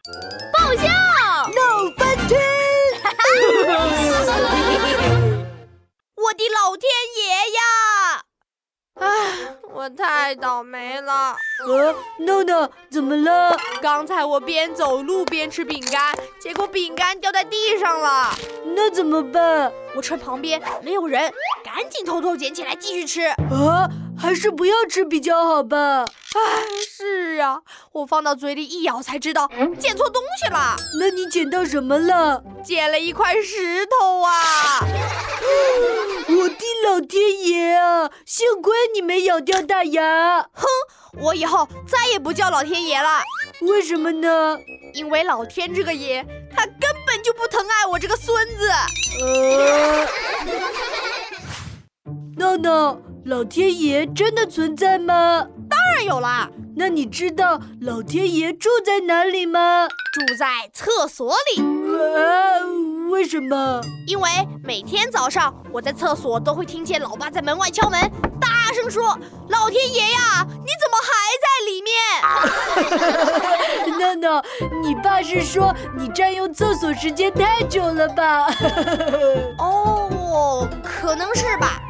爆笑闹翻天！ 我的老天爷呀！唉，我太倒霉了。 闹闹，怎么了？ 刚才我边走路边吃饼干，结果饼干掉在地上了。 那怎么办？ 我趁旁边没有人，赶紧偷偷捡起来继续吃。 还是不要吃比较好吧。 是啊，我放到嘴里一咬才知道捡错东西了。 那你捡到什么了？ 捡了一块石头啊！ 我的老天爷啊！幸亏你没咬掉大牙。 哼，我以后再也不叫老天爷了。 为什么呢？ 因为老天这个爷，他根本就不疼爱我这个孙子。 闹闹，老天爷真的存在吗？ 当然有啦。 那你知道老天爷住在哪里吗？ 住在厕所里。 为什么？ 因为每天早上我在厕所都会听见老爸在门外敲门，大声说：“老天爷呀，你怎么还在里面？” 闹闹，你爸是说你占用厕所时间太久了吧？ 哦，可能是吧。